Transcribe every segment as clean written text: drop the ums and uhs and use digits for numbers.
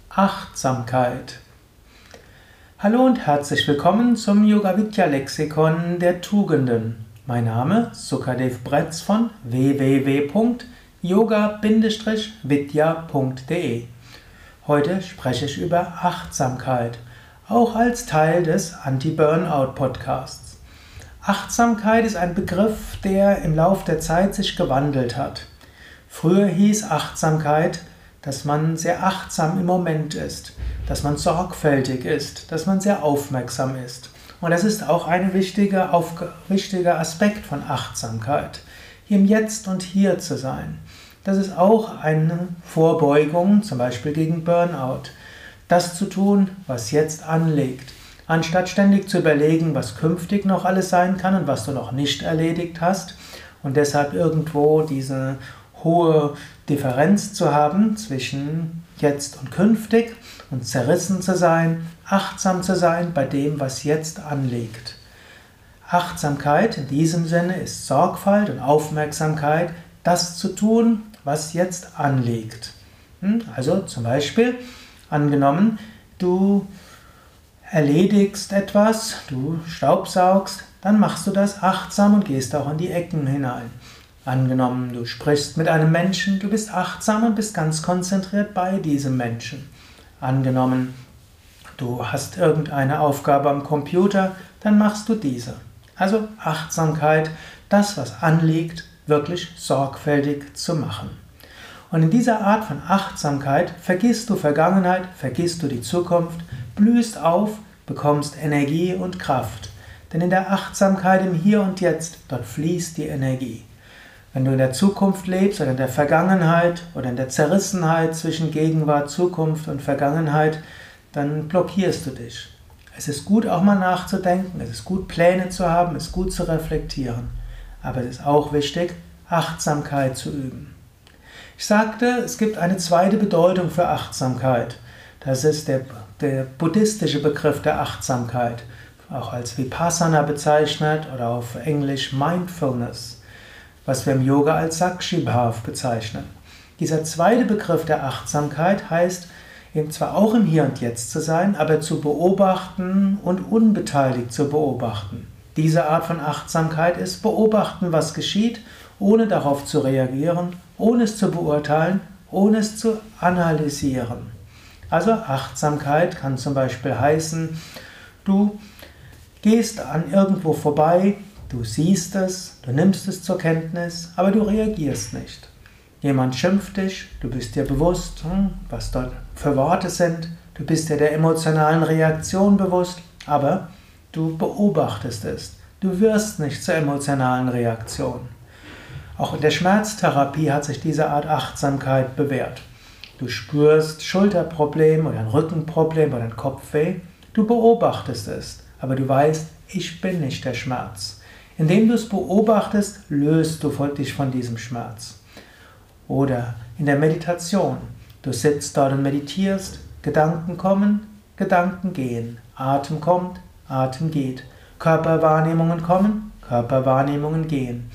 Achtsamkeit. Hallo und herzlich willkommen zum Yoga Vidya Lexikon der Tugenden. Mein Name ist Sukadev Bretz von www.yoga-vidya.de. Heute spreche ich über Achtsamkeit, auch als Teil des Anti-Burnout-Podcasts. Achtsamkeit ist ein Begriff, der im Lauf der Zeit sich gewandelt hat. Früher hieß Achtsamkeit, dass man sehr achtsam im Moment ist, dass man sorgfältig ist, dass man sehr aufmerksam ist. Und das ist auch ein wichtiger Aspekt von Achtsamkeit, im Jetzt und Hier zu sein. Das ist auch eine Vorbeugung, zum Beispiel gegen Burnout. Das zu tun, was jetzt anliegt, anstatt ständig zu überlegen, was künftig noch alles sein kann und was du noch nicht erledigt hast und deshalb irgendwo diese hohe Differenz zu haben zwischen jetzt und künftig und zerrissen zu sein, achtsam zu sein bei dem, was jetzt anliegt. Achtsamkeit in diesem Sinne ist Sorgfalt und Aufmerksamkeit, das zu tun, was jetzt anliegt. Also zum Beispiel, angenommen, du erledigst etwas, du staubsaugst, dann machst du das achtsam und gehst auch in die Ecken hinein. Angenommen, du sprichst mit einem Menschen, du bist achtsam und bist ganz konzentriert bei diesem Menschen. Angenommen, du hast irgendeine Aufgabe am Computer, dann machst du diese. Also Achtsamkeit, das, was anliegt, wirklich sorgfältig zu machen. Und in dieser Art von Achtsamkeit vergisst du Vergangenheit, vergisst du die Zukunft, blühst auf, bekommst Energie und Kraft. Denn in der Achtsamkeit im Hier und Jetzt, dort fließt die Energie. Wenn du in der Zukunft lebst oder in der Vergangenheit oder in der Zerrissenheit zwischen Gegenwart, Zukunft und Vergangenheit, dann blockierst du dich. Es ist gut, auch mal nachzudenken, es ist gut, Pläne zu haben, es ist gut zu reflektieren. Aber es ist auch wichtig, Achtsamkeit zu üben. Ich sagte, es gibt eine zweite Bedeutung für Achtsamkeit. Das ist der buddhistische Begriff der Achtsamkeit, auch als Vipassana bezeichnet oder auf Englisch Mindfulness, was wir im Yoga als Sakshibhav bezeichnen. Dieser zweite Begriff der Achtsamkeit heißt, eben zwar auch im Hier und Jetzt zu sein, aber zu beobachten und unbeteiligt zu beobachten. Diese Art von Achtsamkeit ist beobachten, was geschieht, ohne darauf zu reagieren, ohne es zu beurteilen, ohne es zu analysieren. Also Achtsamkeit kann zum Beispiel heißen, du gehst an irgendwo vorbei, du siehst es, du nimmst es zur Kenntnis, aber du reagierst nicht. Jemand schimpft dich, du bist dir bewusst, was dort für Worte sind, du bist dir der emotionalen Reaktion bewusst, aber du beobachtest es. Du wirst nicht zur emotionalen Reaktion. Auch in der Schmerztherapie hat sich diese Art Achtsamkeit bewährt. Du spürst Schulterproblem oder ein Rückenproblem oder ein Kopfweh, du beobachtest es, aber du weißt, ich bin nicht der Schmerz. Indem du es beobachtest, löst du dich von diesem Schmerz. Oder in der Meditation. Du sitzt dort und meditierst, Gedanken kommen, Gedanken gehen. Atem kommt, Atem geht. Körperwahrnehmungen kommen, Körperwahrnehmungen gehen.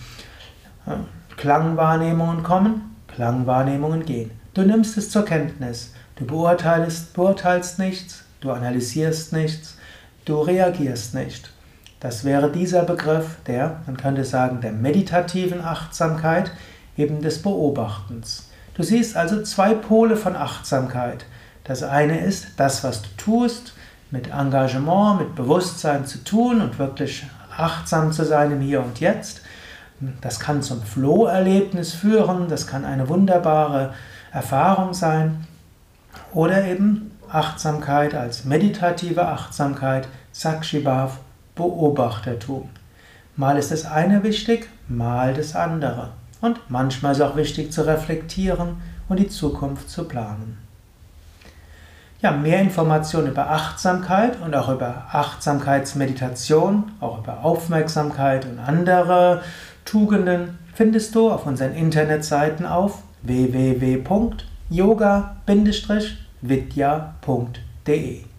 Klangwahrnehmungen kommen, Klangwahrnehmungen gehen. Du nimmst es zur Kenntnis. Du beurteilst nichts, du analysierst nichts, du reagierst nicht. Das wäre dieser Begriff man könnte sagen, der meditativen Achtsamkeit, eben des Beobachtens. Du siehst also zwei Pole von Achtsamkeit. Das eine ist, das, was du tust, mit Engagement, mit Bewusstsein zu tun und wirklich achtsam zu sein im Hier und Jetzt. Das kann zum Flow-Erlebnis führen, das kann eine wunderbare Erfahrung sein. Oder eben Achtsamkeit als meditative Achtsamkeit, Sakshibhav, Beobachtertum. Mal ist das eine wichtig, mal das andere. Und manchmal ist es auch wichtig zu reflektieren und die Zukunft zu planen. Ja, mehr Informationen über Achtsamkeit und auch über Achtsamkeitsmeditation, auch über Aufmerksamkeit und andere Tugenden findest du auf unseren Internetseiten auf www.yoga-vidya.de.